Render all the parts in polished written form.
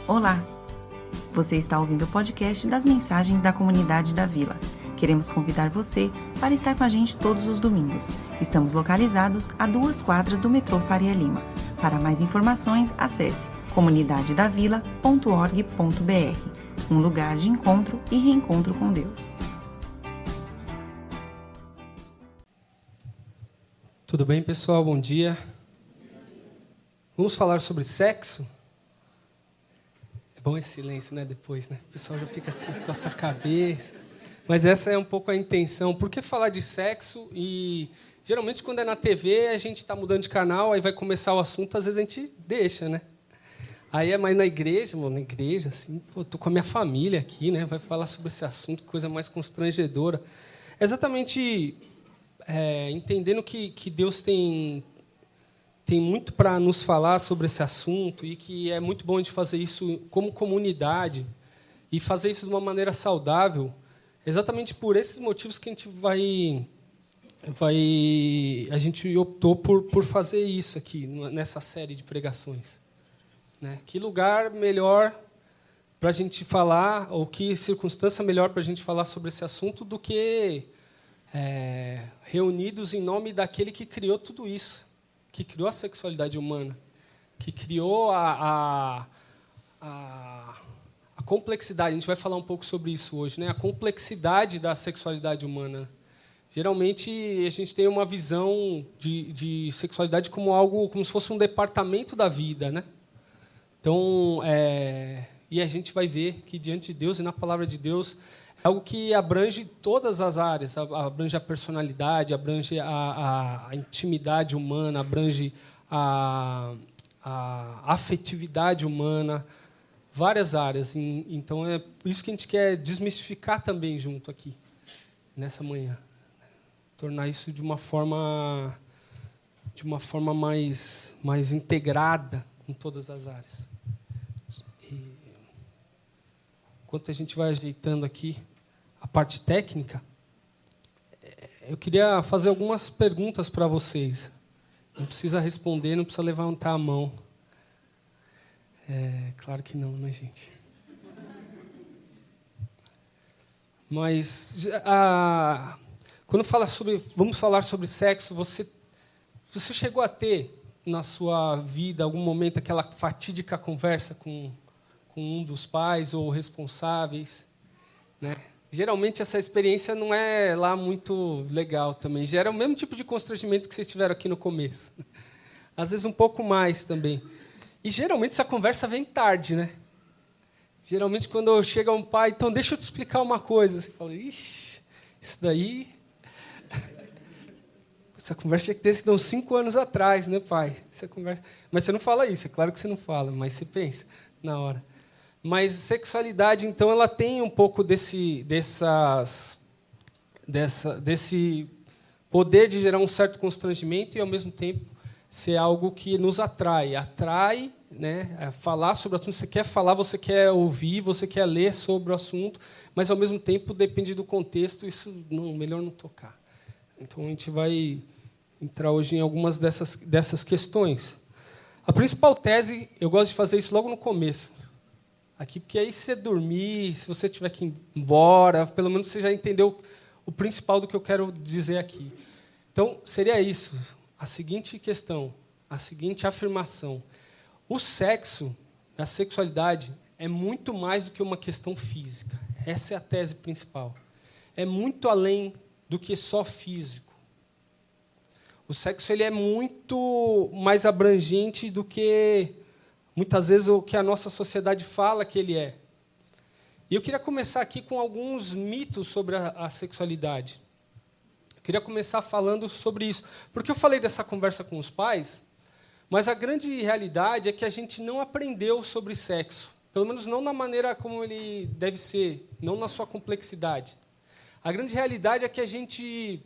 Olá! Você está ouvindo o podcast das mensagens da comunidade da Vila. Queremos convidar você para estar com a gente todos os domingos. Estamos localizados a 2 quadras do metrô Faria Lima. Para mais informações, acesse comunidadedavila.org.br, um lugar de encontro e reencontro com Deus. Tudo bem, pessoal? Bom dia. Vamos falar sobre sexo? É bom esse silêncio, né? Depois, né? O pessoal já fica assim com a sua cabeça. Mas essa é um pouco a intenção. Por que falar de sexo? E geralmente quando é na TV, a gente está mudando de canal, aí vai começar o assunto, às vezes a gente deixa, né? Aí é mais na igreja, assim, pô, tô com a minha família aqui, né? Vai falar sobre esse assunto, coisa mais constrangedora. É exatamente entendendo que Deus tem muito para nos falar sobre esse assunto e que é muito bom de fazer isso como comunidade e fazer isso de uma maneira saudável. Exatamente por esses motivos que a gente optou por fazer isso aqui nessa série de pregações, né? Que lugar melhor para a gente falar, ou que circunstância melhor para a gente falar sobre esse assunto do que reunidos em nome daquele que criou tudo isso, que criou a sexualidade humana, que criou a complexidade. A gente vai falar um pouco sobre isso hoje, né? A complexidade da sexualidade humana. Geralmente a gente tem uma visão de sexualidade como algo, como se fosse um departamento da vida, né? Então, e a gente vai ver que diante de Deus e na palavra de Deus é algo que abrange todas as áreas, abrange a personalidade, abrange a intimidade humana, abrange a afetividade humana, várias áreas. Então, é por isso que a gente quer desmistificar também junto aqui, nessa manhã. Tornar isso de uma forma mais integrada com todas as áreas. Enquanto a gente vai ajeitando aqui a parte técnica, eu queria fazer algumas perguntas para vocês. Não precisa responder, não precisa levantar a mão. Claro que não, né, gente? Mas quando vamos falar sobre sexo, você chegou a ter na sua vida algum momento aquela fatídica conversa com um dos pais ou responsáveis, né? Geralmente essa experiência não é lá muito legal também. Gera o mesmo tipo de constrangimento que vocês tiveram aqui no começo. Às vezes um pouco mais também. E geralmente essa conversa vem tarde, né? Geralmente quando chega um pai, então deixa eu te explicar uma coisa. Você fala, ixi, isso daí... Essa conversa tinha que ter sido uns 5 anos atrás, né, pai? Essa conversa... Mas você não fala isso, é claro que você não fala, mas você pensa na hora. Mas sexualidade, então, ela tem um pouco desse poder de gerar um certo constrangimento e, ao mesmo tempo, ser algo que nos atrai. Atrai, né, falar sobre o assunto. Você quer falar, você quer ouvir, você quer ler sobre o assunto, mas, ao mesmo tempo, depende do contexto, isso melhor não tocar. Então, a gente vai entrar hoje em algumas dessas questões. A principal tese, eu gosto de fazer isso logo no começo. Aqui, porque aí, se você dormir, se você tiver que ir embora, pelo menos você já entendeu o principal do que eu quero dizer aqui. Então, seria isso, a seguinte questão, a seguinte afirmação. O sexo, a sexualidade, é muito mais do que uma questão física. Essa é a tese principal. É muito além do que só físico. O sexo ele é muito mais abrangente do que... muitas vezes o que a nossa sociedade fala que ele é. E eu queria começar aqui com alguns mitos sobre a sexualidade. Eu queria começar falando sobre isso. Porque eu falei dessa conversa com os pais, mas a grande realidade é que a gente não aprendeu sobre sexo. Pelo menos não na maneira como ele deve ser, não na sua complexidade. A grande realidade é que a gente...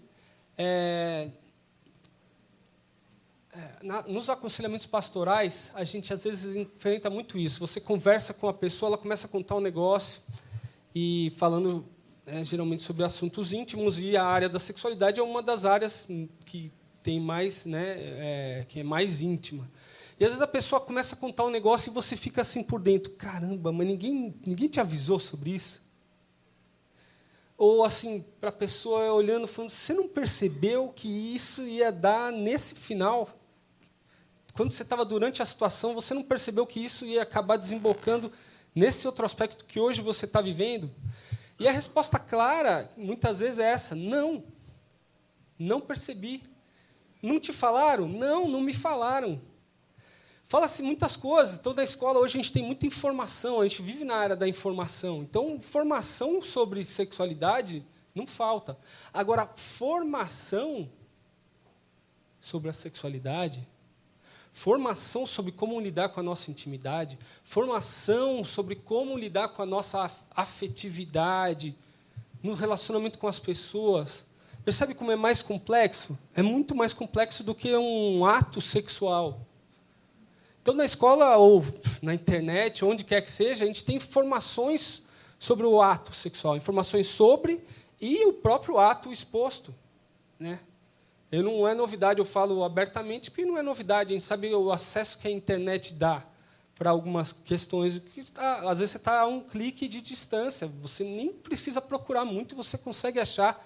nos aconselhamentos pastorais, a gente às vezes enfrenta muito isso. Você conversa com a pessoa, ela começa a contar um negócio e falando geralmente sobre assuntos íntimos, e a área da sexualidade é uma das áreas que tem mais, que é mais íntima. E, às vezes, a pessoa começa a contar um negócio e você fica assim por dentro. Caramba, mas ninguém te avisou sobre isso? Ou, assim, para a pessoa olhando, falando, você não percebeu que isso ia dar nesse final? Quando você estava durante a situação, você não percebeu que isso ia acabar desembocando nesse outro aspecto que hoje você está vivendo? E a resposta clara, muitas vezes, é essa: não. Não percebi. Não te falaram? Não me falaram. Fala-se muitas coisas. Então, na escola, hoje, a gente tem muita informação. A gente vive na área da informação. Então, informação sobre sexualidade não falta. Agora, formação sobre a sexualidade, formação sobre como lidar com a nossa intimidade, formação sobre como lidar com a nossa afetividade, no relacionamento com as pessoas. Percebe como é mais complexo? É muito mais complexo do que um ato sexual. Então, na escola ou na internet, onde quer que seja, a gente tem informações sobre o ato sexual, informações sobre e o próprio ato exposto, né? Não é novidade, eu falo abertamente, porque não é novidade. A gente sabe o acesso que a internet dá para algumas questões. Às vezes você está a um clique de distância, você nem precisa procurar muito, você consegue achar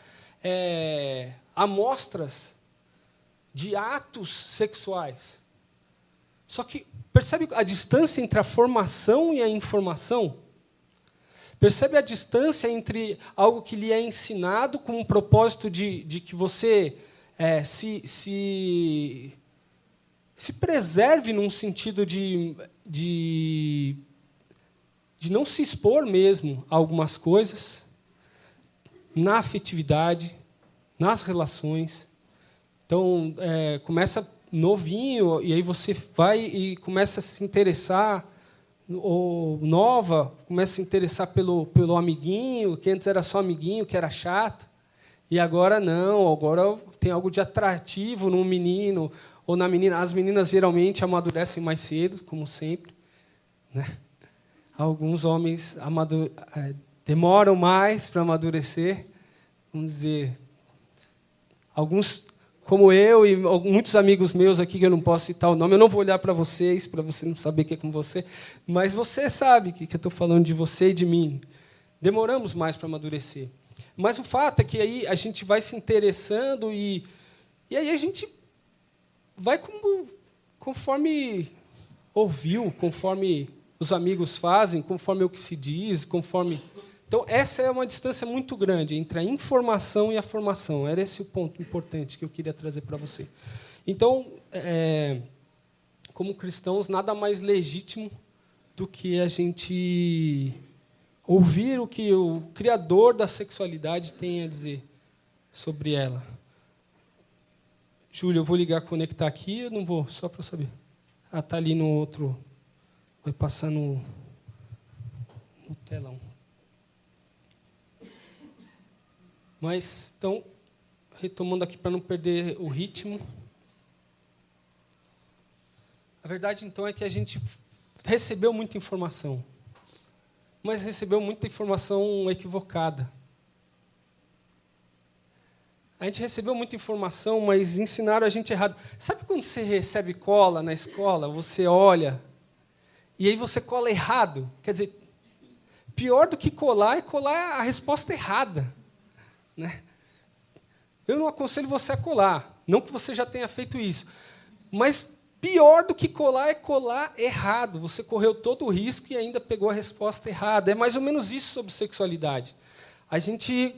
amostras de atos sexuais. Só que percebe a distância entre a formação e a informação? Percebe a distância entre algo que lhe é ensinado com um propósito de que você se preserve num sentido de não se expor mesmo a algumas coisas, na afetividade, nas relações. Então, começa novinho, e aí você vai e começa a se interessar, ou nova, começa a se interessar pelo amiguinho, que antes era só amiguinho, que era chato, e agora não, agora tem algo de atrativo no menino ou na menina. As meninas geralmente amadurecem mais cedo, como sempre, né? Alguns homens demoram mais para amadurecer, vamos dizer. Alguns, como eu e muitos amigos meus aqui, que eu não posso citar o nome, eu não vou olhar para você não saber que é com você, mas você sabe que eu estou falando de você e de mim. Demoramos mais para amadurecer. Mas o fato é que aí a gente vai se interessando e aí a gente vai conforme ouviu, conforme os amigos fazem, conforme o que se diz, conforme... Então, essa é uma distância muito grande entre a informação e a formação. Era esse o ponto importante que eu queria trazer para você. Então, como cristãos, nada mais legítimo do que a gente ouvir o que o Criador da sexualidade tem a dizer sobre ela. Júlia, eu vou conectar aqui, eu não vou, só para eu saber. Está ali no outro, vai passar no telão. Mas, então, retomando aqui para não perder o ritmo. A verdade, então, é que a gente recebeu muita informação, mas recebeu muita informação equivocada. A gente recebeu muita informação, mas ensinaram a gente errado. Sabe quando você recebe cola na escola, você olha, e aí você cola errado? Quer dizer, pior do que colar é colar a resposta errada, né? Eu não aconselho você a colar, não que você já tenha feito isso, mas pior do que colar é colar errado. Você correu todo o risco e ainda pegou a resposta errada. É mais ou menos isso sobre sexualidade. A gente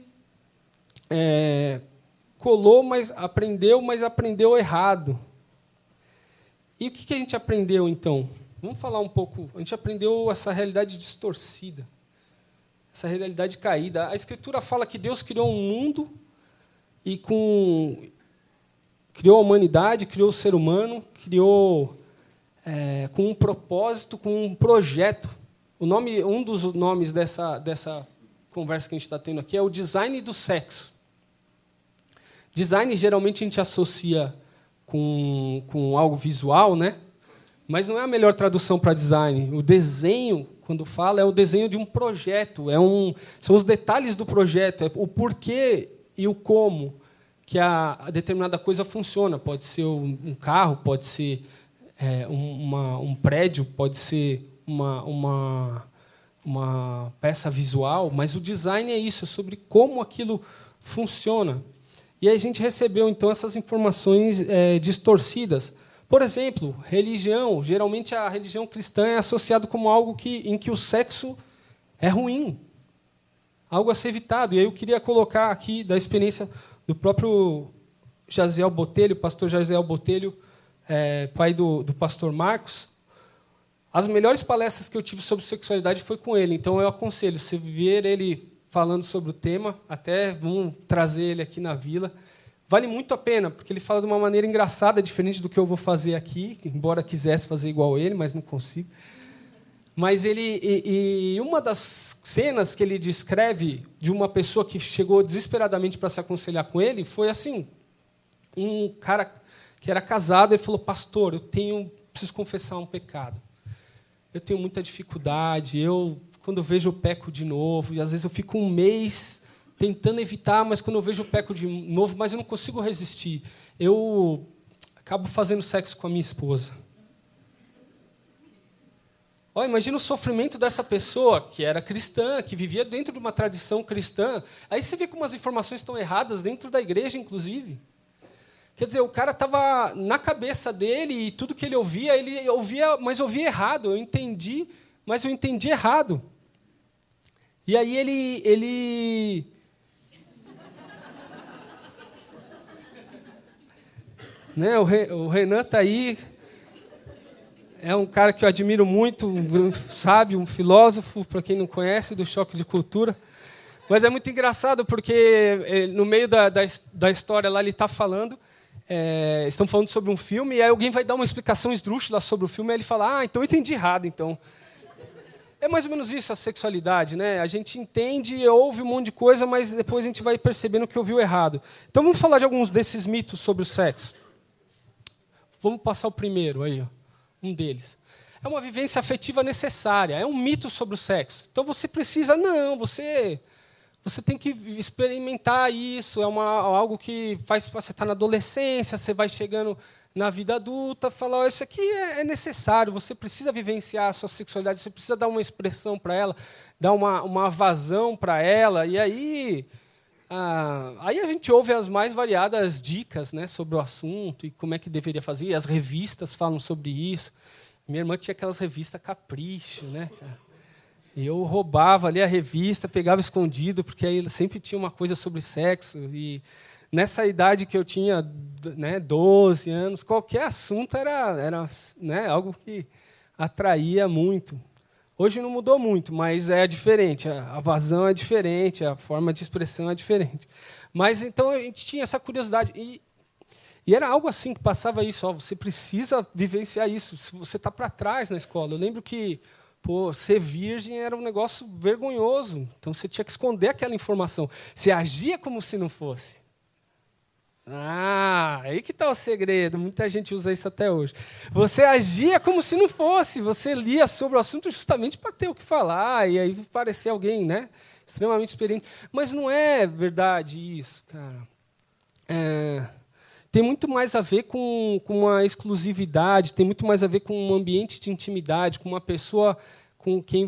colou, mas aprendeu errado. E o que a gente aprendeu, então? Vamos falar um pouco. A gente aprendeu essa realidade distorcida, essa realidade caída. A Escritura fala que Deus criou um mundo e criou a humanidade, criou o ser humano, criou com um propósito, com um projeto. Um dos nomes dessa conversa que a gente está tendo aqui é o design do sexo. Design, geralmente, a gente associa com algo visual, né? Mas não é a melhor tradução para design. O desenho, quando fala, é o desenho de um projeto. São os detalhes do projeto, é o porquê e o como que a determinada coisa funciona. Pode ser um carro, pode ser um prédio, pode ser uma peça visual, mas o design é isso, é sobre como aquilo funciona. E aí a gente recebeu, então, essas informações distorcidas. Por exemplo, religião. Geralmente, a religião cristã é associada como algo em que o sexo é ruim, algo a ser evitado. E aí eu queria colocar aqui da experiência do próprio Jaziel Botelho, pastor Jaziel Botelho, pai do pastor Marcos. As melhores palestras que eu tive sobre sexualidade foi com ele. Então, eu aconselho, se ver ele falando sobre o tema, até vamos trazer ele aqui na Vila. Vale muito a pena, porque ele fala de uma maneira engraçada, diferente do que eu vou fazer aqui, embora quisesse fazer igual ele, mas não consigo. Mas uma das cenas que ele descreve de uma pessoa que chegou desesperadamente para se aconselhar com ele foi assim: um cara que era casado e falou: pastor, preciso confessar um pecado. Eu tenho muita dificuldade, quando eu vejo, eu peco de novo, e às vezes eu fico um mês tentando evitar, mas quando eu vejo, eu peco de novo, mas eu não consigo resistir. Eu acabo fazendo sexo com a minha esposa. Imagina o sofrimento dessa pessoa, que era cristã, que vivia dentro de uma tradição cristã. Aí você vê como as informações estão erradas dentro da igreja, inclusive. Quer dizer, o cara estava na cabeça dele e tudo que ele ouvia, mas ouvia errado. Eu entendi, mas eu entendi errado. E aí ele né, o Renan está aí, é um cara que eu admiro muito, um sábio, um filósofo, para quem não conhece, do Choque de Cultura. Mas é muito engraçado, porque no meio da história lá ele está falando, estão falando sobre um filme, e aí alguém vai dar uma explicação esdrúxula sobre o filme, e ele fala: então eu entendi errado, então. É mais ou menos isso a sexualidade, né? A gente entende, ouve um monte de coisa, mas depois a gente vai percebendo que ouviu errado. Então vamos falar de alguns desses mitos sobre o sexo. Vamos passar o primeiro aí, um deles. É uma vivência afetiva necessária, é um mito sobre o sexo. Então você precisa, você tem que experimentar isso, algo que faz você estar na adolescência, você vai chegando na vida adulta, falar: isso aqui é necessário, você precisa vivenciar a sua sexualidade, você precisa dar uma expressão para ela, dar uma vazão para ela. E aí a gente ouve as mais variadas dicas, né, sobre o assunto e como é que deveria fazer. As revistas falam sobre isso. Minha irmã tinha aquelas revistas Capricho, né, cara? E eu roubava ali a revista, pegava escondido, porque aí sempre tinha uma coisa sobre sexo. E nessa idade que eu tinha, 12 anos, qualquer assunto era algo que atraía muito. Hoje não mudou muito, mas é diferente. A vazão é diferente, a forma de expressão é diferente. Mas então a gente tinha essa curiosidade. E era algo assim que passava isso. Você precisa vivenciar isso. Se você está para trás na escola. Eu lembro que ser virgem era um negócio vergonhoso. Então, você tinha que esconder aquela informação. Você agia como se não fosse. Aí que está o segredo. Muita gente usa isso até hoje. Você agia como se não fosse. Você lia sobre o assunto justamente para ter o que falar. E aí parecer alguém, né, extremamente experiente. Mas não é verdade isso, cara. Tem muito mais a ver com uma exclusividade, tem muito mais a ver com um ambiente de intimidade, com uma pessoa com quem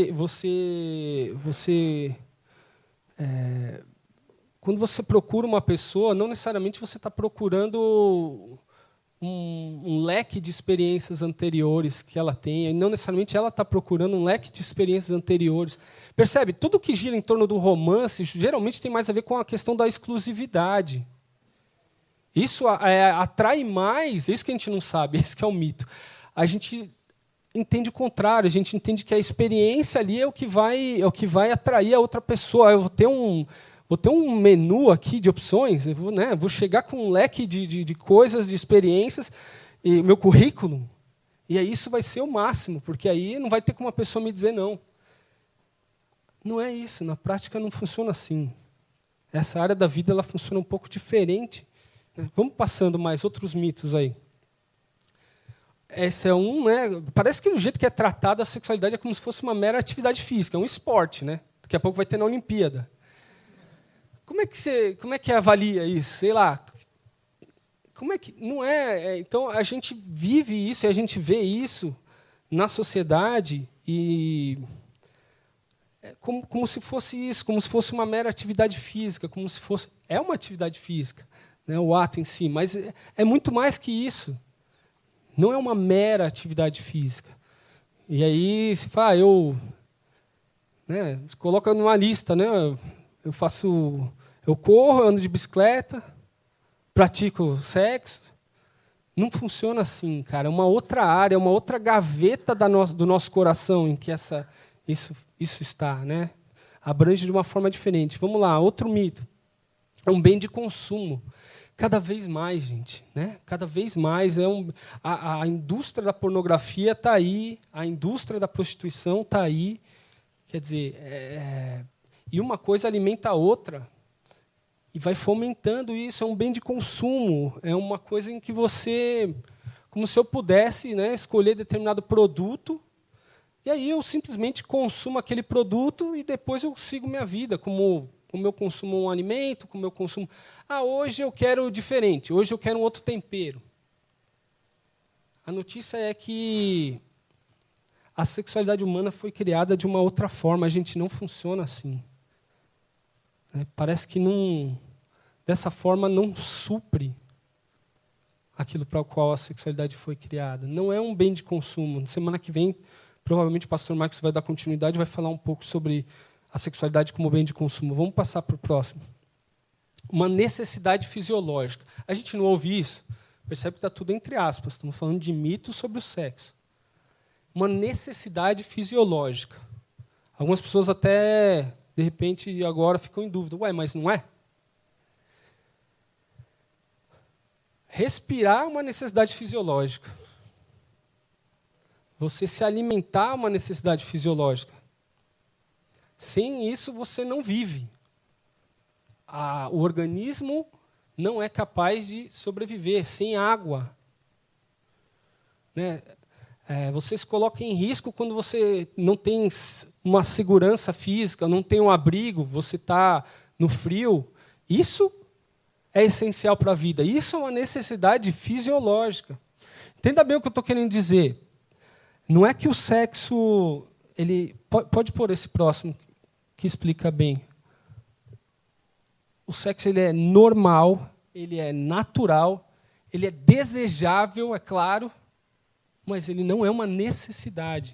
quando você procura uma pessoa, não necessariamente você está procurando um leque de experiências anteriores que ela tenha, e não necessariamente ela está procurando um leque de experiências anteriores. Percebe? Tudo que gira em torno do romance geralmente tem mais a ver com a questão da exclusividade. Isso atrai mais, isso que a gente não sabe, esse que é o mito. A gente entende o contrário, a gente entende que a experiência ali é o que vai atrair a outra pessoa. Eu vou ter um menu aqui de opções, eu vou chegar com um leque de coisas, de experiências, e meu currículo, e aí isso vai ser o máximo, porque aí não vai ter como a pessoa me dizer não. Não é isso, na prática não funciona assim. Essa área da vida ela funciona um pouco diferente. Vamos passando mais outros mitos aí. Esse é um, né? Parece que o jeito que é tratada a sexualidade é como se fosse uma mera atividade física, é um esporte, né? Daqui a pouco vai ter na Olimpíada. Como é que avalia isso? Sei lá. como é que... Não é... Então, a gente vive isso e a gente vê isso na sociedade e... Como se fosse isso, como se fosse uma mera atividade física, como se fosse... É uma atividade física, né, o ato em si, mas é muito mais que isso. Não é uma mera atividade física. E aí se fala, né, coloca numa lista, né, eu corro, ando de bicicleta, pratico sexo. Não funciona assim, cara. É uma outra área, é uma outra gaveta do nosso coração em que isso está, né? Abrange de uma forma diferente. Vamos lá, outro mito. É um bem de consumo. Cada vez mais, gente, né? Cada vez mais a indústria da pornografia está aí, a indústria da prostituição está aí. Quer dizer, e uma coisa alimenta a outra e vai fomentando isso. É um bem de consumo. É uma coisa em que você, como se eu pudesse, né, escolher determinado produto. E aí eu simplesmente consumo aquele produto e depois eu sigo minha vida, como eu consumo um alimento, como eu consumo... hoje eu quero diferente, hoje eu quero um outro tempero. A notícia é que a sexualidade humana foi criada de uma outra forma, a gente não funciona assim. Parece que dessa forma não supre aquilo para o qual a sexualidade foi criada. Não é um bem de consumo. Na semana que vem... Provavelmente o pastor Marcos vai dar continuidade e vai falar um pouco sobre a sexualidade como bem de consumo. Vamos passar para o próximo. Uma necessidade fisiológica. A gente não ouve isso? Percebe que está tudo entre aspas. Estamos falando de mitos sobre o sexo. Uma necessidade fisiológica. Algumas pessoas até, de repente, agora ficam em dúvida. Mas não é? Respirar é uma necessidade fisiológica. Você se alimentar é uma necessidade fisiológica. Sem isso, você não vive. O organismo não é capaz de sobreviver sem água. Né? Você se coloca em risco quando você não tem uma segurança física, não tem um abrigo, você está no frio. Isso é essencial para a vida. Isso é uma necessidade fisiológica. Entenda bem o que eu estou querendo dizer. Não é que o sexo... Pode pôr esse próximo, que explica bem. O sexo ele é normal, ele é natural, ele é desejável, é claro, mas ele não é uma necessidade.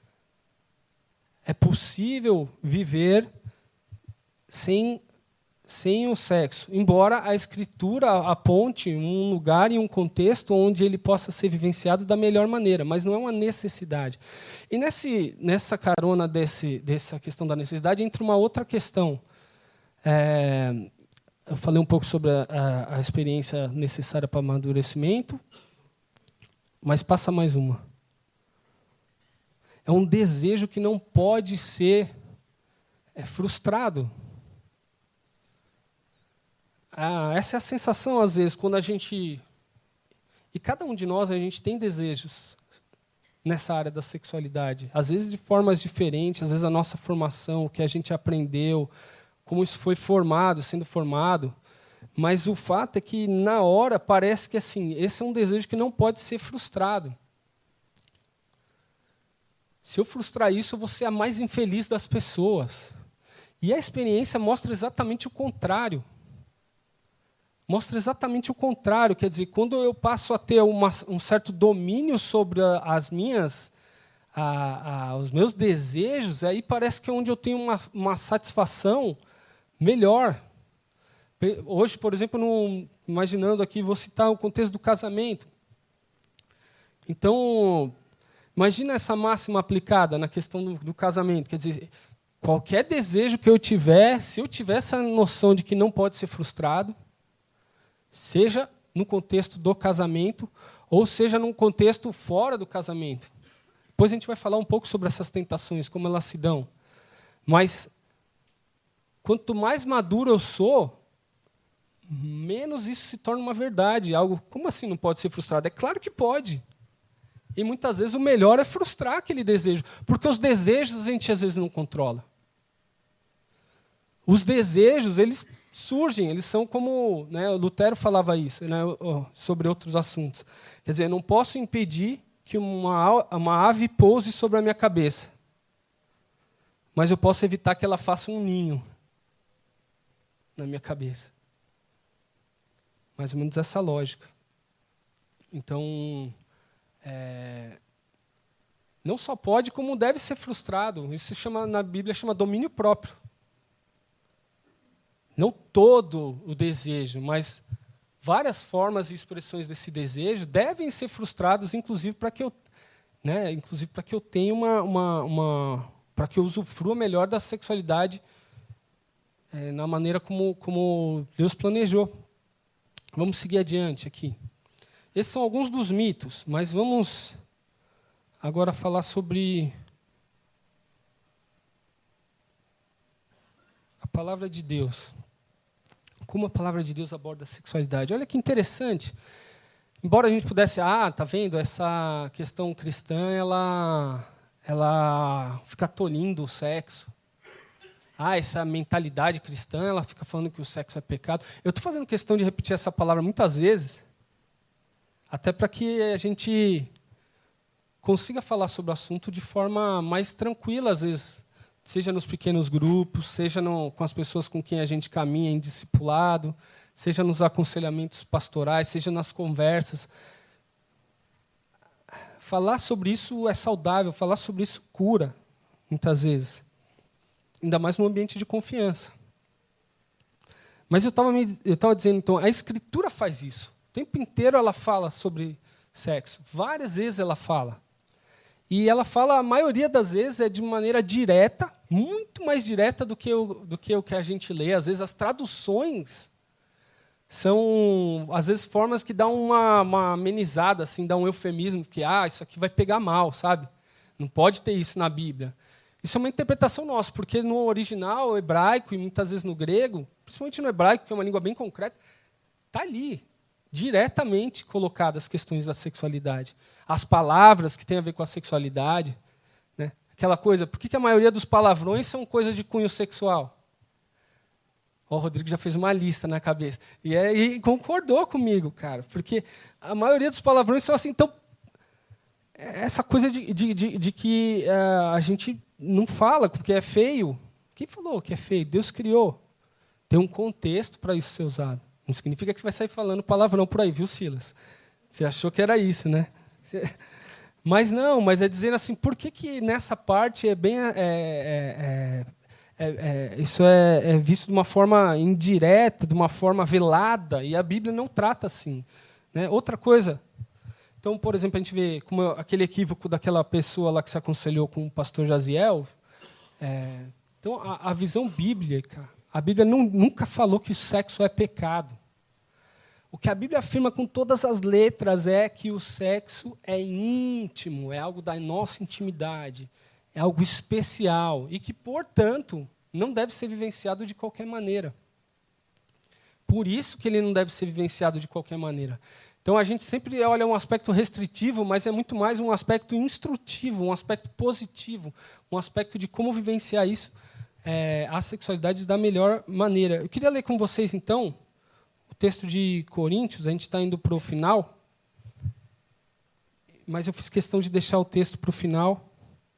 É possível viver sem o sexo, embora a Escritura aponte um lugar e um contexto onde ele possa ser vivenciado da melhor maneira, mas não é uma necessidade. E nessa carona dessa questão da necessidade entra uma outra questão. Eu falei um pouco sobre a experiência necessária para amadurecimento, mas passa mais uma. É um desejo que não pode ser frustrado. Essa é a sensação, às vezes, quando a gente... E cada um de nós, a gente tem desejos nessa área da sexualidade. Às vezes de formas diferentes, às vezes a nossa formação, o que a gente aprendeu, como isso foi sendo formado. Mas o fato é que, na hora, parece que assim, esse é um desejo que não pode ser frustrado. Se eu frustrar isso, eu vou ser a mais infeliz das pessoas. E a experiência mostra exatamente o contrário. Mostra exatamente o contrário. Quer dizer, quando eu passo a ter um certo domínio sobre os meus desejos, aí parece que é onde eu tenho uma satisfação melhor. Hoje, por exemplo, imaginando aqui, vou citar o contexto do casamento. Então, imagina essa máxima aplicada na questão do casamento. Quer dizer, qualquer desejo que eu tiver, se eu tiver essa noção de que não pode ser frustrado, seja no contexto do casamento, ou seja num contexto fora do casamento. Depois a gente vai falar um pouco sobre essas tentações, como elas se dão. Mas, quanto mais maduro eu sou, menos isso se torna uma verdade. Algo, como assim não pode ser frustrado? É claro que pode. E muitas vezes o melhor é frustrar aquele desejo, porque os desejos a gente às vezes não controla. Os desejos, eles surgem, eles são como, né, o Lutero falava isso, né, sobre outros assuntos. Quer dizer, eu não posso impedir que uma ave pouse sobre a minha cabeça, mas eu posso evitar que ela faça um ninho na minha cabeça. Mais ou menos essa lógica. Então, não só pode, como deve ser frustrado. Isso na Bíblia chama domínio próprio. Não todo o desejo, mas várias formas e expressões desse desejo devem ser frustradas, inclusive para que eu tenha para que eu usufrua melhor da sexualidade na maneira como Deus planejou. Vamos seguir adiante aqui. Esses são alguns dos mitos, mas vamos agora falar sobre a palavra de Deus. Como a palavra de Deus aborda a sexualidade. Olha que interessante. Embora a gente pudesse, tá vendo, essa questão cristã, ela fica tolindo o sexo. Essa mentalidade cristã, ela fica falando que o sexo é pecado. Eu estou fazendo questão de repetir essa palavra muitas vezes, até para que a gente consiga falar sobre o assunto de forma mais tranquila, às vezes, seja nos pequenos grupos, seja com as pessoas com quem a gente caminha em discipulado, seja nos aconselhamentos pastorais, seja nas conversas. Falar sobre isso é saudável, falar sobre isso cura, muitas vezes. Ainda mais num ambiente de confiança. Mas eu estava dizendo, então, a Escritura faz isso. O tempo inteiro ela fala sobre sexo. Várias vezes ela fala. E ela fala, a maioria das vezes, é de maneira direta, muito mais direta do que o que a gente lê. Às vezes, as traduções são, às vezes, formas que dão uma amenizada, assim, dão um eufemismo, que isso aqui vai pegar mal, sabe? Não pode ter isso na Bíblia. Isso é uma interpretação nossa, porque no original hebraico e muitas vezes no grego, principalmente no hebraico, que é uma língua bem concreta, está ali, diretamente colocadas as questões da sexualidade. As palavras que têm a ver com a sexualidade. Né? Aquela coisa, por que a maioria dos palavrões são coisas de cunho sexual? O Rodrigo já fez uma lista na cabeça. E concordou comigo, cara, porque a maioria dos palavrões são assim. Então, essa coisa de que a gente não fala porque é feio. Quem falou que é feio? Deus criou. Tem um contexto para isso ser usado. Não significa que você vai sair falando palavrão por aí, viu, Silas? Você achou que era isso, né? Mas não, mas é dizendo assim, por que nessa parte é bem... isso é visto de uma forma indireta, de uma forma velada, e a Bíblia não trata assim. Né? Outra coisa... Então, por exemplo, a gente vê como aquele equívoco daquela pessoa lá que se aconselhou com o pastor Jaziel. Então, a visão bíblica, a Bíblia nunca falou que o sexo é pecado. O que a Bíblia afirma com todas as letras é que o sexo é íntimo, é algo da nossa intimidade, é algo especial e que, portanto, não deve ser vivenciado de qualquer maneira. Por isso que ele não deve ser vivenciado de qualquer maneira. Então, a gente sempre olha um aspecto restritivo, mas é muito mais um aspecto instrutivo, um aspecto positivo, um aspecto de como vivenciar isso, a sexualidade da melhor maneira. Eu queria ler com vocês, então, o texto de Coríntios. A gente está indo para o final, mas eu fiz questão de deixar o texto para o final,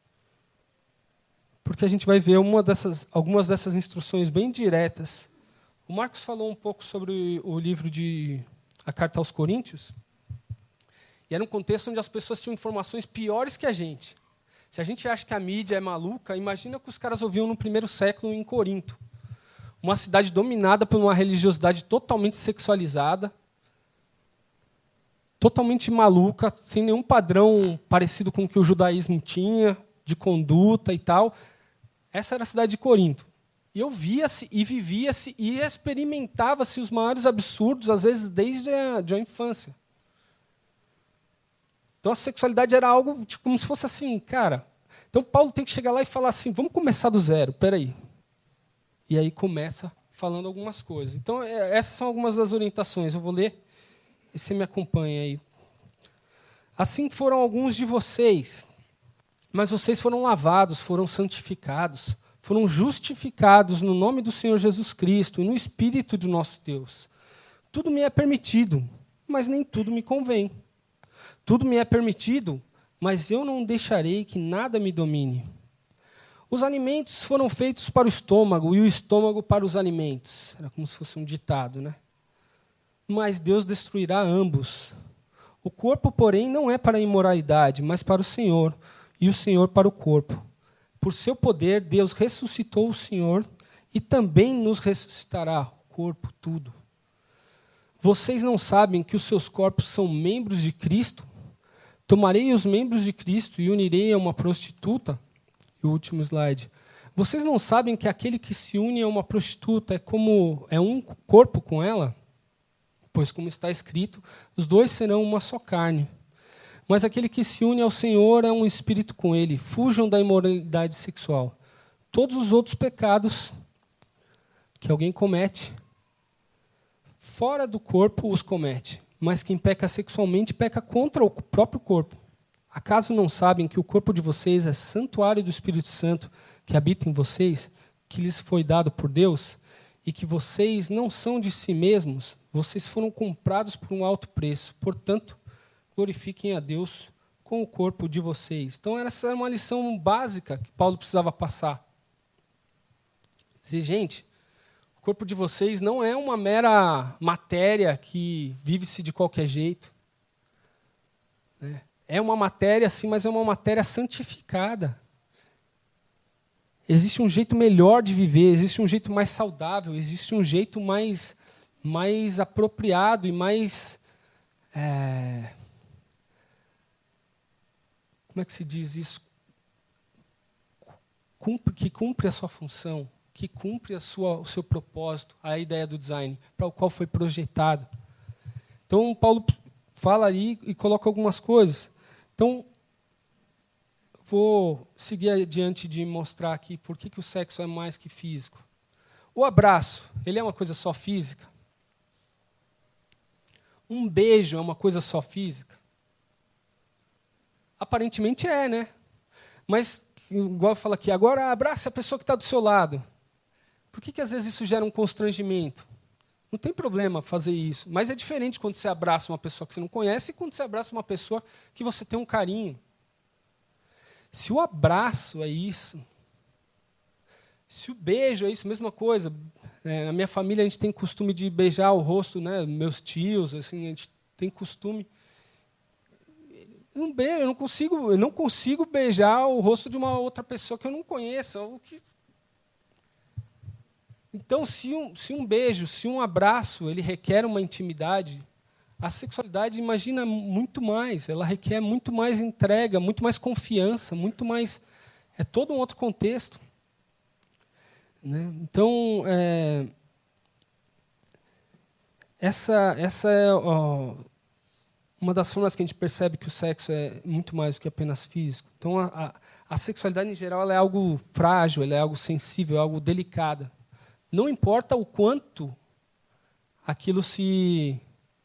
porque a gente vai ver algumas dessas instruções bem diretas. O Marcos falou um pouco sobre o livro de... a Carta aos Coríntios, e era um contexto onde as pessoas tinham informações piores que a gente. Se a gente acha que a mídia é maluca, imagina o que os caras ouviam no primeiro século em Corinto. Uma cidade dominada por uma religiosidade totalmente sexualizada, totalmente maluca, sem nenhum padrão parecido com o que o judaísmo tinha, de conduta e tal. Essa era a cidade de Corinto. E ouvia-se, e vivia-se, e experimentava-se os maiores absurdos, às vezes desde a infância. Então a sexualidade era algo tipo, como se fosse assim, cara. Então Paulo tem que chegar lá e falar assim, vamos começar do zero, peraí. E aí começa falando algumas coisas. Então essas são algumas das orientações. Eu vou ler e você me acompanha aí. Assim foram alguns de vocês, mas vocês foram lavados, foram santificados, foram justificados no nome do Senhor Jesus Cristo e no Espírito do nosso Deus. Tudo me é permitido, mas nem tudo me convém. Tudo me é permitido, mas eu não deixarei que nada me domine. Os alimentos foram feitos para o estômago e o estômago para os alimentos. Era como se fosse um ditado, né? Mas Deus destruirá ambos. O corpo, porém, não é para a imoralidade, mas para o Senhor, e o Senhor para o corpo. Por seu poder, Deus ressuscitou o Senhor e também nos ressuscitará, o corpo, tudo. Vocês não sabem que os seus corpos são membros de Cristo? Tomarei os membros de Cristo e unirei a uma prostituta? E o último slide. Vocês não sabem que aquele que se une a uma prostituta é um corpo com ela? Pois, como está escrito, os dois serão uma só carne. Mas aquele que se une ao Senhor é um espírito com ele. Fujam da imoralidade sexual. Todos os outros pecados que alguém comete, fora do corpo os comete. Mas quem peca sexualmente peca contra o próprio corpo. Acaso não sabem que o corpo de vocês é santuário do Espírito Santo que habita em vocês, que lhes foi dado por Deus, e que vocês não são de si mesmos, vocês foram comprados por um alto preço. Portanto, glorifiquem a Deus com o corpo de vocês. Então, essa era uma lição básica que Paulo precisava passar. Dizer, gente, o corpo de vocês não é uma mera matéria que vive-se de qualquer jeito. Né? É uma matéria, sim, mas é uma matéria santificada. Existe um jeito melhor de viver, existe um jeito mais saudável, existe um jeito mais apropriado e mais... como é que se diz isso? Que cumpre a sua função, que cumpre o seu propósito, a ideia do design, para o qual foi projetado. Então, Paulo fala aí e coloca algumas coisas. Então, vou seguir adiante de mostrar aqui por que o sexo é mais que físico. O abraço, ele é uma coisa só física? Um beijo é uma coisa só física? Aparentemente é, né? Mas, igual eu falo aqui, agora abrace a pessoa que está do seu lado. Por que às vezes isso gera um constrangimento? Não tem problema fazer isso, mas é diferente quando você abraça uma pessoa que você não conhece e quando você abraça uma pessoa que você tem um carinho. Se o abraço é isso, se o beijo é isso, mesma coisa. Na minha família, a gente tem costume de beijar o rosto, né? Meus tios, assim, a gente tem costume. Eu não consigo beijar o rosto de uma outra pessoa que eu não conheça. Então, se um beijo, se um abraço, ele requer uma intimidade, a sexualidade, imagina, muito mais. Ela requer muito mais entrega, muito mais confiança, muito mais... É todo um outro contexto. Né? Então, essa é uma das formas que a gente percebe que o sexo é muito mais do que apenas físico. Então, a sexualidade, em geral, ela é algo frágil, ela é algo sensível, é algo delicado. Não importa o quanto aquilo se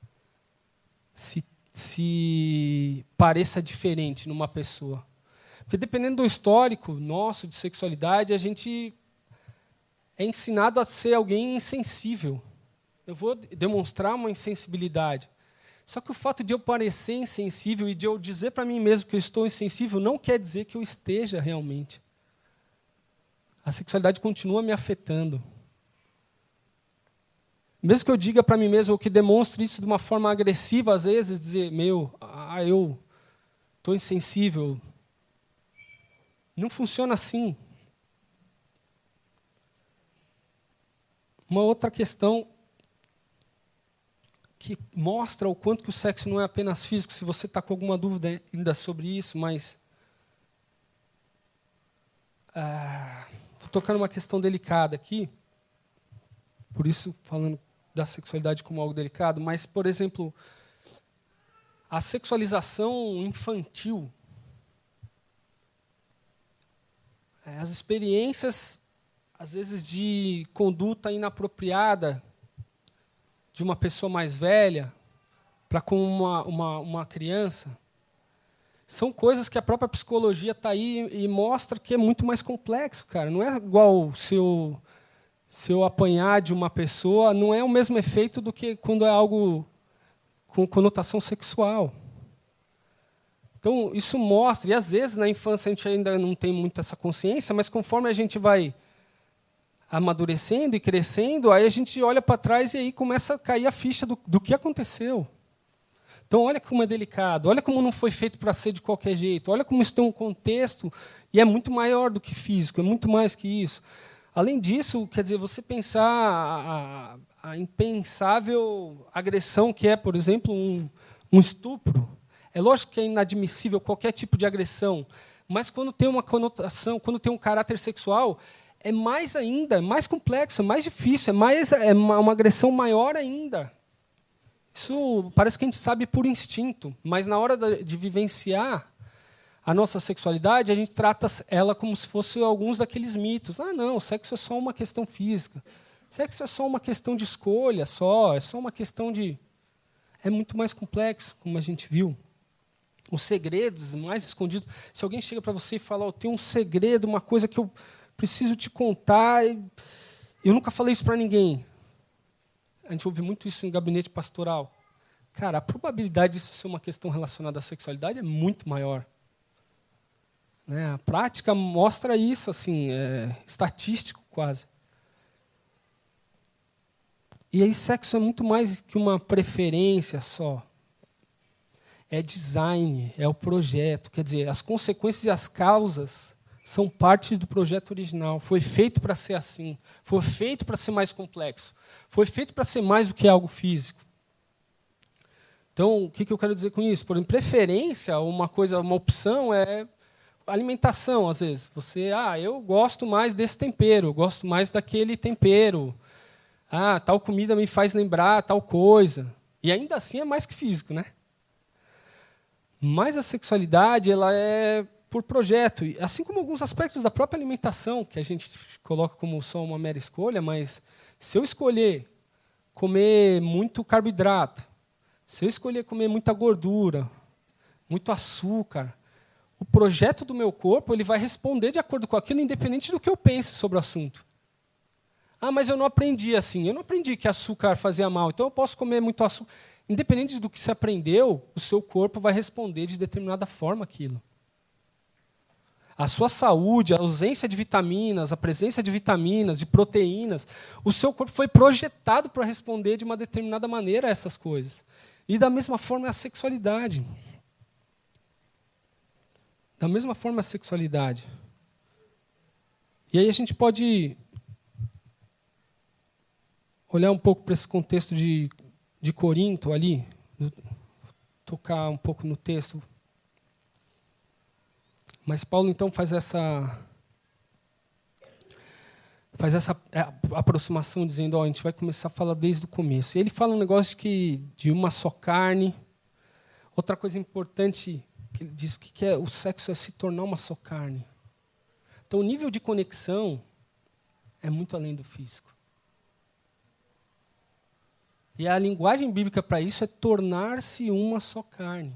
pareça diferente numa pessoa. Porque, dependendo do histórico nosso de sexualidade, a gente é ensinado a ser alguém insensível. Eu vou demonstrar uma insensibilidade. Só que o fato de eu parecer insensível e de eu dizer para mim mesmo que eu estou insensível não quer dizer que eu esteja realmente. A sexualidade continua me afetando. Mesmo que eu diga para mim mesmo, ou que demonstre isso de uma forma agressiva, às vezes, dizer, eu estou insensível. Não funciona assim. Uma outra questão que mostra o quanto que o sexo não é apenas físico, se você está com alguma dúvida ainda sobre isso, mas... Estou tocando uma questão delicada aqui, por isso falando da sexualidade como algo delicado, mas, por exemplo, a sexualização infantil, as experiências, às vezes, de conduta inapropriada de uma pessoa mais velha para com uma criança, são coisas que a própria psicologia está aí e mostra que é muito mais complexo, cara. Não é igual se eu apanhar de uma pessoa, não é o mesmo efeito do que quando é algo com conotação sexual. Então, isso mostra, e às vezes na infância a gente ainda não tem muito essa consciência, mas conforme a gente vai amadurecendo e crescendo, aí a gente olha para trás e aí começa a cair a ficha do que aconteceu. Então, olha como é delicado, olha como não foi feito para ser de qualquer jeito, olha como isso tem um contexto e é muito maior do que físico, é muito mais que isso. Além disso, quer dizer, você pensar a impensável agressão que é, por exemplo, um estupro. É lógico que é inadmissível qualquer tipo de agressão, mas quando tem uma conotação, quando tem um caráter sexual, é mais ainda, é mais complexo, é mais difícil, é uma agressão maior ainda. Isso parece que a gente sabe por instinto, mas na hora de vivenciar a nossa sexualidade, a gente trata ela como se fosse alguns daqueles mitos. Ah, não, sexo é só uma questão física. Sexo é só uma questão de escolha, é só uma questão de... É muito mais complexo, como a gente viu. Os segredos mais escondidos. Se alguém chega para você e fala, eu tenho um segredo, uma coisa que eu preciso te contar, eu nunca falei isso para ninguém. A gente ouve muito isso em gabinete pastoral. Cara, a probabilidade disso ser uma questão relacionada à sexualidade é muito maior. Né? A prática mostra isso, assim, estatístico quase. E aí sexo é muito mais que uma preferência só. É design, é o projeto. Quer dizer, as consequências e as causas são parte do projeto original. Foi feito para ser assim. Foi feito para ser mais complexo. Foi feito para ser mais do que algo físico. Então, o que eu quero dizer com isso? Por exemplo, preferência, uma opção é alimentação, às vezes. Eu gosto mais desse tempero, eu gosto mais daquele tempero. Tal comida me faz lembrar tal coisa. E ainda assim é mais que físico, né? Mas a sexualidade ela é por projeto, assim como alguns aspectos da própria alimentação, que a gente coloca como só uma mera escolha, mas se eu escolher comer muito carboidrato, se eu escolher comer muita gordura, muito açúcar, o projeto do meu corpo ele vai responder de acordo com aquilo, independente do que eu pense sobre o assunto. Mas eu não aprendi assim. Eu não aprendi que açúcar fazia mal, então eu posso comer muito açúcar. Independente do que você aprendeu, o seu corpo vai responder de determinada forma aquilo. A sua saúde, a ausência de vitaminas, a presença de vitaminas, de proteínas, o seu corpo foi projetado para responder de uma determinada maneira a essas coisas. E da mesma forma é a sexualidade. Da mesma forma a sexualidade. E aí a gente pode olhar um pouco para esse contexto de Corinto ali, tocar um pouco no texto. Mas Paulo, então, faz essa aproximação, dizendo, a gente vai começar a falar desde o começo. E ele fala um negócio de uma só carne. Outra coisa importante, que ele diz que o sexo é se tornar uma só carne. Então, o nível de conexão é muito além do físico. E a linguagem bíblica para isso é tornar-se uma só carne.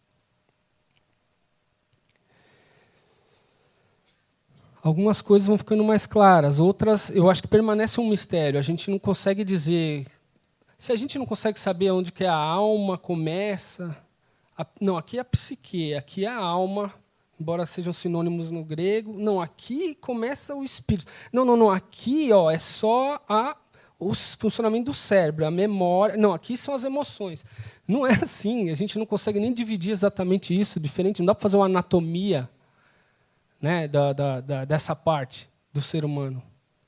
Algumas coisas vão ficando mais claras, outras eu acho que permanece um mistério. A gente não consegue dizer... Se a gente não consegue saber onde que a alma começa... Não, aqui é a psique, aqui é a alma, embora sejam sinônimos no grego. Não, aqui começa o espírito. Não, aqui é só o funcionamento do cérebro, a memória. Não, aqui são as emoções. Não é assim, a gente não consegue nem dividir exatamente isso, diferente. Não dá para fazer uma anatomia, né, dessa parte do ser humano.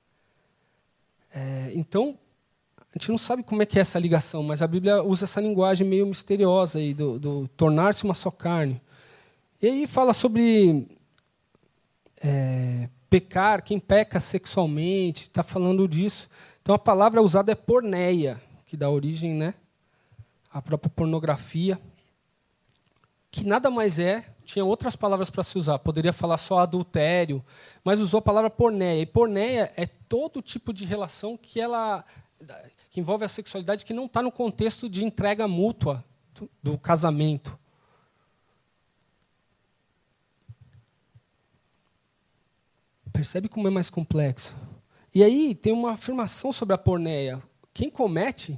Então, a gente não sabe como é que é essa ligação, mas a Bíblia usa essa linguagem meio misteriosa aí, do tornar-se uma só carne. E aí fala sobre pecar, quem peca sexualmente, está falando disso. Então, a palavra usada é porneia, que dá origem, né, à própria pornografia, que nada mais tinha outras palavras para se usar, poderia falar só adultério, mas usou a palavra porneia. E porneia é todo tipo de relação que envolve a sexualidade que não está no contexto de entrega mútua do casamento. Percebe como é mais complexo. E aí tem uma afirmação sobre a porneia. Quem comete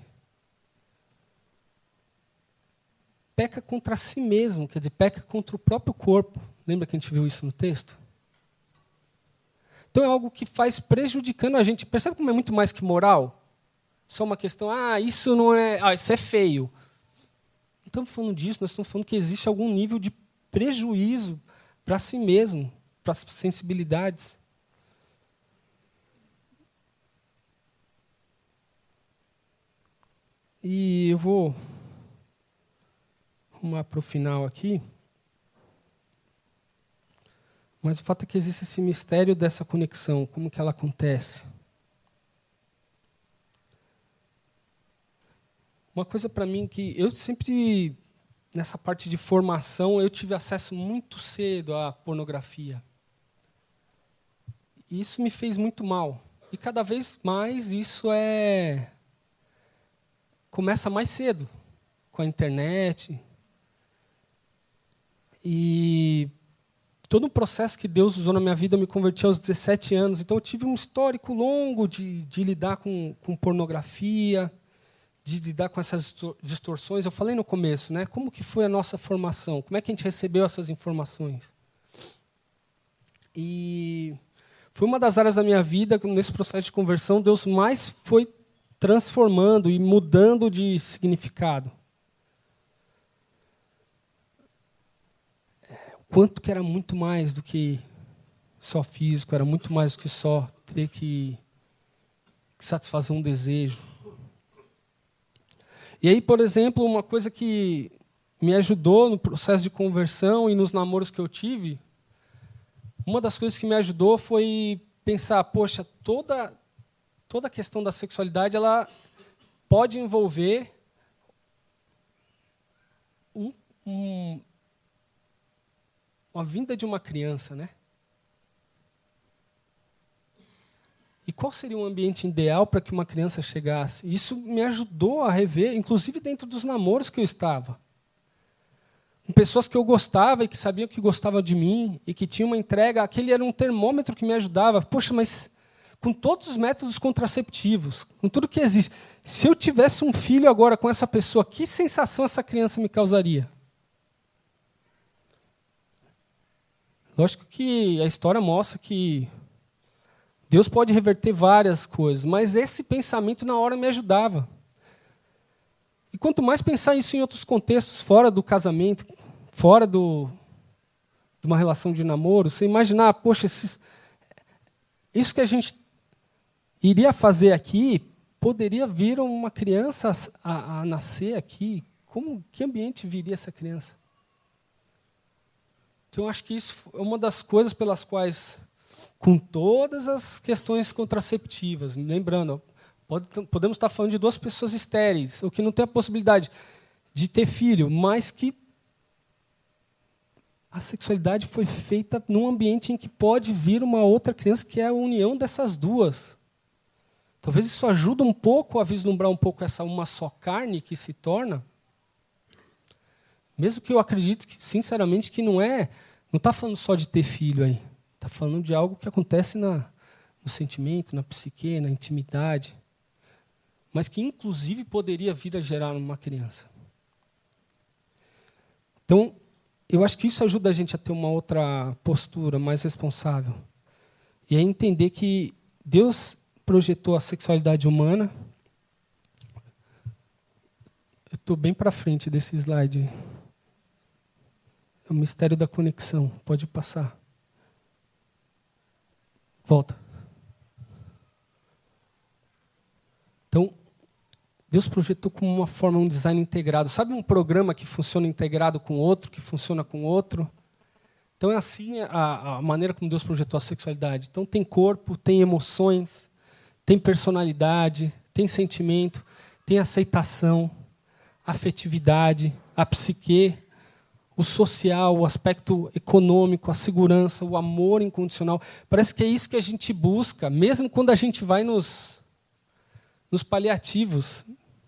peca contra si mesmo, quer dizer, peca contra o próprio corpo. Lembra que a gente viu isso no texto? Então é algo que faz prejudicando a gente. Percebe como é muito mais que moral? Só uma questão, isso não é, isso é feio. Não estamos falando disso, nós estamos falando que existe algum nível de prejuízo para si mesmo, para as sensibilidades. E eu vou arrumar para o final aqui. Mas o fato é que existe esse mistério dessa conexão, como que ela acontece. Uma coisa para mim que eu sempre, nessa parte de formação, eu tive acesso muito cedo à pornografia. E isso me fez muito mal. E cada vez mais isso começa mais cedo, com a internet. E todo um processo que Deus usou na minha vida, eu me converti aos 17 anos. Então, eu tive um histórico longo de lidar com pornografia, de lidar com essas distorções. Eu falei no começo, né? Como que foi a nossa formação? Como é que a gente recebeu essas informações? E foi uma das áreas da minha vida, nesse processo de conversão, Deus mais foi transformando e mudando de significado. Quanto que era muito mais do que só físico, era muito mais do que só ter que satisfazer um desejo. E aí, por exemplo, uma coisa que me ajudou no processo de conversão e nos namoros que eu tive, uma das coisas que me ajudou foi pensar, poxa, toda a questão da sexualidade ela pode envolver uma vinda de uma criança, né? E qual seria um ambiente ideal para que uma criança chegasse? Isso me ajudou a rever, inclusive dentro dos namoros que eu estava. Com pessoas que eu gostava e que sabiam que gostavam de mim e que tinham uma entrega, aquele era um termômetro que me ajudava. Poxa, mas com todos os métodos contraceptivos, com tudo que existe, se eu tivesse um filho agora com essa pessoa, que sensação essa criança me causaria? Lógico que a história mostra que Deus pode reverter várias coisas, mas esse pensamento na hora me ajudava. E quanto mais pensar isso em outros contextos, fora do casamento, fora de uma relação de namoro, você imaginar, poxa, isso que a gente iria fazer aqui, poderia vir uma criança a nascer aqui. Que ambiente viria essa criança? Então, eu acho que isso é uma das coisas pelas quais, com todas as questões contraceptivas, lembrando, podemos estar falando de 2 pessoas estéreis, ou que não tem a possibilidade de ter filho, mas que a sexualidade foi feita num ambiente em que pode vir uma outra criança, que é a união dessas duas. Talvez isso ajude um pouco a vislumbrar um pouco essa uma só carne que se torna. Mesmo que eu acredite, sinceramente, que não está falando só de ter filho aí. Está falando de algo que acontece no sentimento, na psique, na intimidade. Mas que, inclusive, poderia vir a gerar uma criança. Então, eu acho que isso ajuda a gente a ter uma outra postura mais responsável. E é entender que Deus projetou a sexualidade humana. Eu estou bem para frente desse slide. É o mistério da conexão. Pode passar. Volta. Então, Deus projetou como uma forma, um design integrado. Sabe um programa que funciona integrado com outro, que funciona com outro? Então, é assim a maneira como Deus projetou a sexualidade. Então, tem corpo, tem emoções, tem personalidade, tem sentimento, tem aceitação, afetividade, a psique, o social, o aspecto econômico, a segurança, o amor incondicional. Parece que é isso que a gente busca, mesmo quando a gente vai nos paliativos.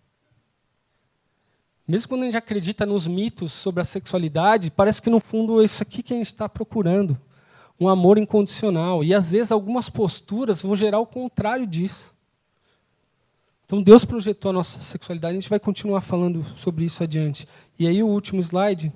Mesmo quando a gente acredita nos mitos sobre a sexualidade, parece que, no fundo, é isso aqui que a gente está procurando. um amor incondicional. E, às vezes, algumas posturas vão gerar o contrário disso. Então, Deus projetou a nossa sexualidade. A gente vai continuar falando sobre isso adiante. E aí, o último slide.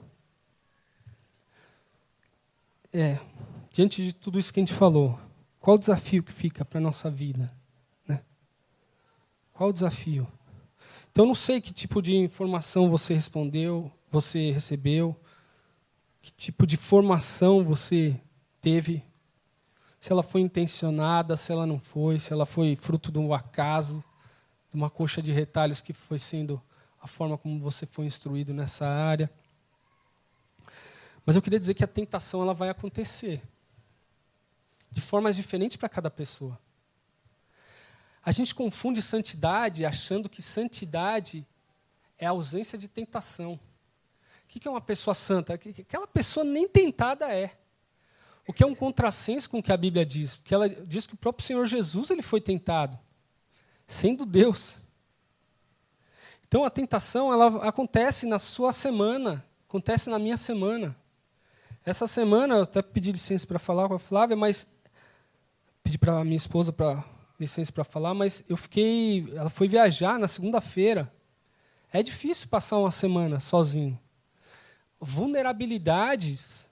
Diante de tudo isso que a gente falou, qual o desafio que fica para a nossa vida? Né? Qual o desafio? Então, eu não sei que tipo de informação você recebeu, que tipo de formação você teve, se ela foi intencionada, se ela não foi, se ela foi fruto de um acaso, de uma coxa de retalhos que foi sendo a forma como você foi instruído nessa área. Mas eu queria dizer que a tentação ela vai acontecer de formas diferentes para cada pessoa. A gente confunde santidade achando que santidade é a ausência de tentação. O que é uma pessoa santa? Aquela pessoa nem tentada é. O que é um contrassenso com o que a Bíblia diz? Porque ela diz que o próprio Senhor Jesus ele foi tentado, sendo Deus. Então a tentação ela acontece na sua semana, acontece na minha semana. Essa semana, eu até pedi licença para falar com a Flávia, mas pedi para a minha esposa licença para falar, mas ela foi viajar na segunda-feira. É difícil passar uma semana sozinho. Vulnerabilidades,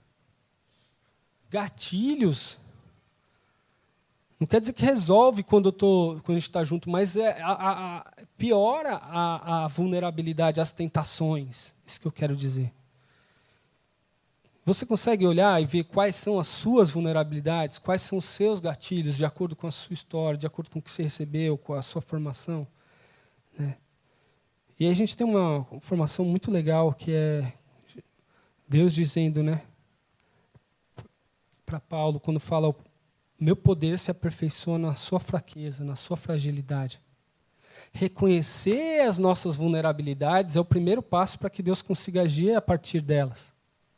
gatilhos, não quer dizer que resolve quando a gente está junto, mas piora a vulnerabilidade, as tentações. Isso que eu quero dizer. Você consegue olhar e ver quais são as suas vulnerabilidades, quais são os seus gatilhos, de acordo com a sua história, de acordo com o que você recebeu, com a sua formação? Né? E aí a gente tem uma formação muito legal, que é Deus dizendo, né, para Paulo, quando fala, meu poder se aperfeiçoa na sua fraqueza, na sua fragilidade. Reconhecer as nossas vulnerabilidades é o primeiro passo para que Deus consiga agir a partir delas.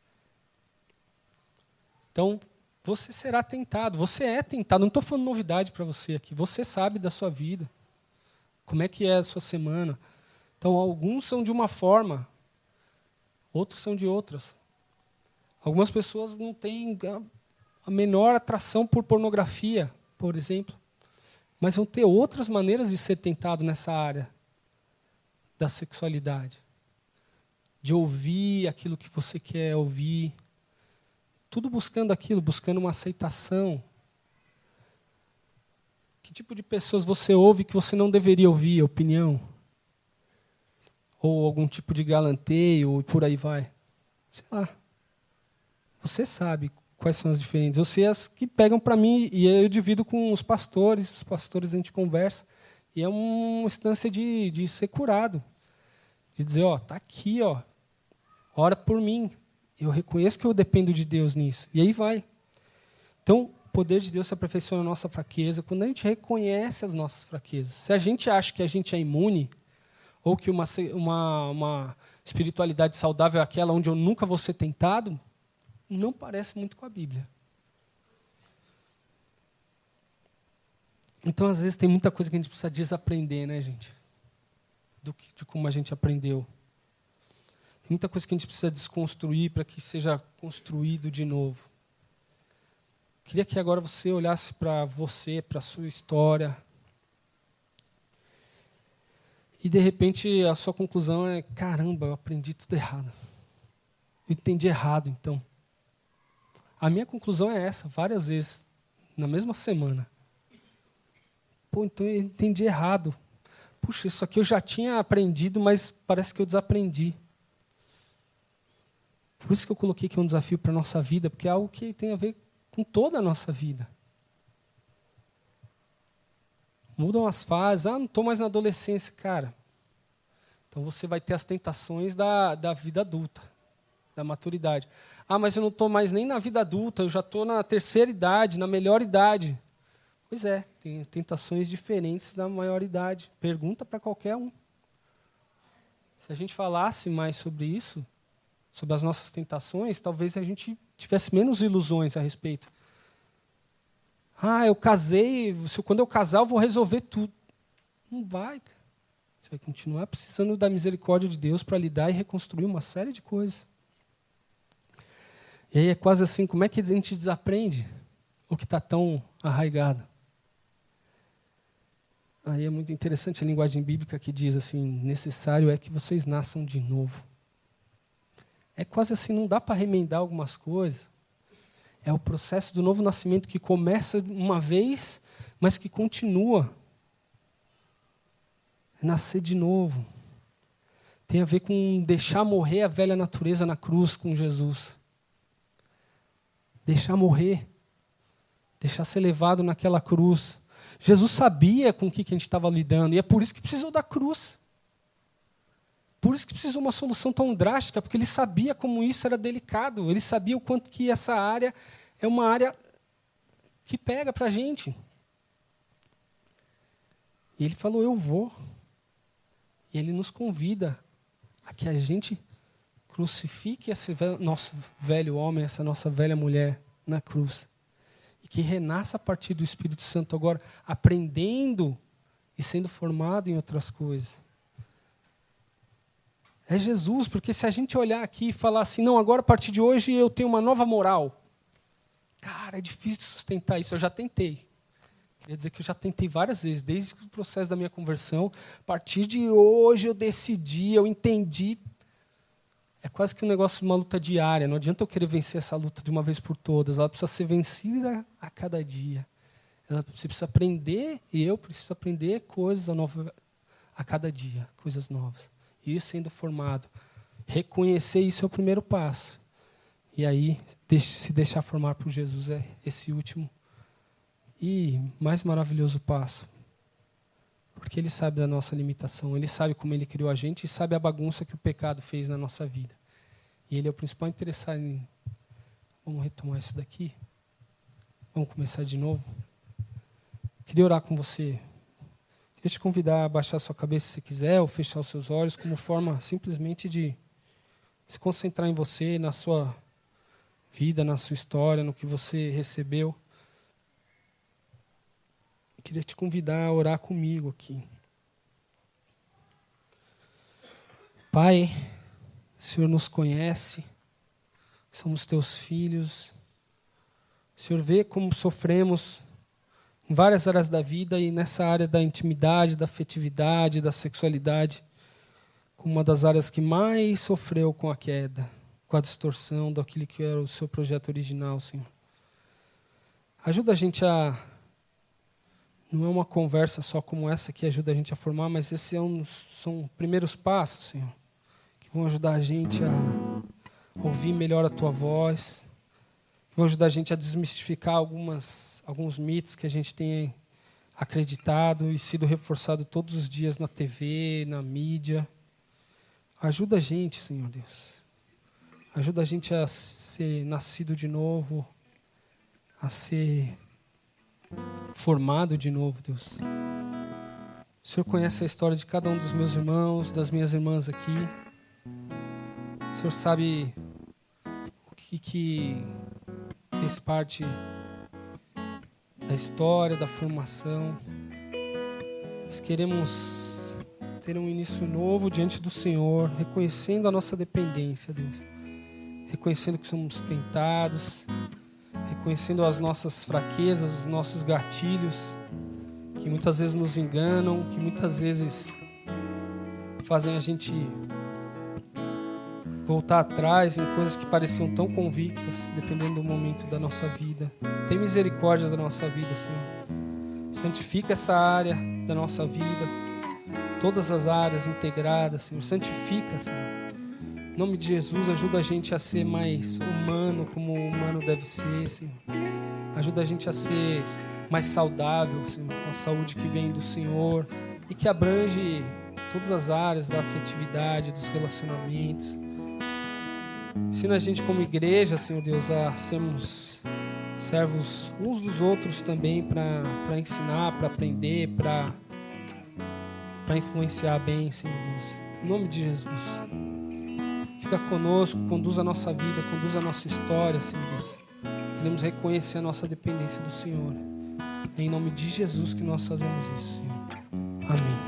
Então, você será tentado, você é tentado. Não estou falando novidade para você aqui. Você sabe da sua vida, como é que é a sua semana. Então, alguns são de uma forma, outros são de outras. Algumas pessoas não têm a menor atração por pornografia, por exemplo, mas vão ter outras maneiras de ser tentado nessa área da sexualidade. De ouvir aquilo que você quer ouvir. Tudo buscando aquilo, buscando uma aceitação. Que tipo de pessoas você ouve que você não deveria ouvir? Opinião? Ou algum tipo de galanteio, e por aí vai. Sei lá. Você sabe quais são as diferentes. Eu sei as que pegam para mim, e eu divido com os pastores a gente conversa. E é uma instância de ser curado. De dizer, está aqui, ora por mim. Eu reconheço que eu dependo de Deus nisso. E aí vai. Então, o poder de Deus se aperfeiçoa na nossa fraqueza quando a gente reconhece as nossas fraquezas. Se a gente acha que a gente é imune, ou que uma espiritualidade saudável é aquela onde eu nunca vou ser tentado, não parece muito com a Bíblia. Então, às vezes, tem muita coisa que a gente precisa desaprender, né, gente? De como a gente aprendeu. Tem muita coisa que a gente precisa desconstruir para que seja construído de novo. Queria que agora você olhasse para você, para a sua história. E, de repente, a sua conclusão é, caramba, eu aprendi tudo errado. Eu entendi errado, então. A minha conclusão é essa, várias vezes, na mesma semana. Então eu entendi errado. Puxa, isso aqui eu já tinha aprendido, mas parece que eu desaprendi. Por isso que eu coloquei que é um desafio para a nossa vida, porque é algo que tem a ver com toda a nossa vida. Mudam as fases. Não estou mais na adolescência. Cara, então você vai ter as tentações da vida adulta, da maturidade. Mas eu não estou mais nem na vida adulta, eu já estou na terceira idade, na melhor idade. Pois é, tem tentações diferentes da maior idade. Pergunta para qualquer um. Se a gente falasse mais sobre isso, sobre as nossas tentações, talvez a gente tivesse menos ilusões a respeito. Eu casei, quando eu casar eu vou resolver tudo. Não vai. Você vai continuar precisando da misericórdia de Deus para lidar e reconstruir uma série de coisas. E aí é quase assim, como é que a gente desaprende? ou que está tão arraigado. Aí é muito interessante a linguagem bíblica que diz assim, necessário é que vocês nasçam de novo. É quase assim, não dá para remendar algumas coisas. É o processo do novo nascimento que começa uma vez, mas que continua. É nascer de novo. Tem a ver com deixar morrer a velha natureza na cruz com Jesus. Deixar morrer. Deixar ser levado naquela cruz. Jesus sabia com o que a gente estava lidando, e é por isso que precisou da cruz. Por isso que precisou uma solução tão drástica, porque ele sabia como isso era delicado, ele sabia o quanto que essa área é uma área que pega para a gente. E ele falou, eu vou. E ele nos convida a que a gente crucifique esse nosso velho homem, essa nossa velha mulher na cruz. Que renasça a partir do Espírito Santo agora, aprendendo e sendo formado em outras coisas. É Jesus, porque se a gente olhar aqui e falar assim, não, agora a partir de hoje eu tenho uma nova moral. Cara, é difícil sustentar isso, eu já tentei. Queria dizer que eu já tentei várias vezes, desde o processo da minha conversão. A partir de hoje eu decidi, eu entendi. É quase que um negócio de uma luta diária. Não adianta eu querer vencer essa luta de uma vez por todas. Ela precisa ser vencida a cada dia. Você precisa aprender, e eu preciso aprender coisas novas a cada dia, coisas novas. Ir sendo formado. Reconhecer isso é o primeiro passo. E aí, se deixar formar por Jesus é esse último e mais maravilhoso passo. Porque ele sabe da nossa limitação, ele sabe como ele criou a gente e sabe a bagunça que o pecado fez na nossa vida. E ele é o principal interessado em... Vamos retomar isso daqui? Vamos começar de novo? Queria orar com você. Queria te convidar a baixar a sua cabeça se quiser, ou fechar os seus olhos, como forma simplesmente de se concentrar em você, na sua vida, na sua história, no que você recebeu. Queria te convidar a orar comigo aqui. Pai, o Senhor nos conhece, somos teus filhos. O Senhor vê como sofremos em várias áreas da vida e nessa área da intimidade, da afetividade, da sexualidade, como uma das áreas que mais sofreu com a queda, com a distorção daquilo que era o seu projeto original, Senhor. Ajuda a gente a... Não é uma conversa só como essa que ajuda a gente a formar, mas esses são primeiros passos, Senhor, que vão ajudar a gente a ouvir melhor a Tua voz, que vão ajudar a gente a desmistificar alguns mitos que a gente tem acreditado e sido reforçado todos os dias na TV, na mídia. Ajuda a gente, Senhor Deus. Ajuda a gente a ser nascido de novo, a ser formado de novo, Deus. O Senhor conhece a história de cada um dos meus irmãos, das minhas irmãs aqui. O Senhor sabe o que fez parte da história, da formação. Nós queremos ter um início novo diante do Senhor, reconhecendo a nossa dependência, Deus. Reconhecendo que somos tentados, reconhecendo as nossas fraquezas, os nossos gatilhos, que muitas vezes nos enganam, que muitas vezes fazem a gente voltar atrás em coisas que pareciam tão convictas, dependendo do momento da nossa vida. Tem misericórdia da nossa vida, Senhor. Santifica essa área da nossa vida, todas as áreas integradas, Senhor. Santifica, Senhor. Em nome de Jesus, ajuda a gente a ser mais humano, como o humano deve ser, Senhor. Ajuda a gente a ser mais saudável, Senhor, com a saúde que vem do Senhor e que abrange todas as áreas da afetividade, dos relacionamentos. Ensina a gente como igreja, Senhor Deus, a sermos servos uns dos outros também para ensinar, para aprender, para influenciar bem, Senhor Deus. Em nome de Jesus. Fica conosco, conduz a nossa vida, conduz a nossa história, Senhor Deus. Queremos reconhecer a nossa dependência do Senhor. É em nome de Jesus que nós fazemos isso, Senhor. Amém.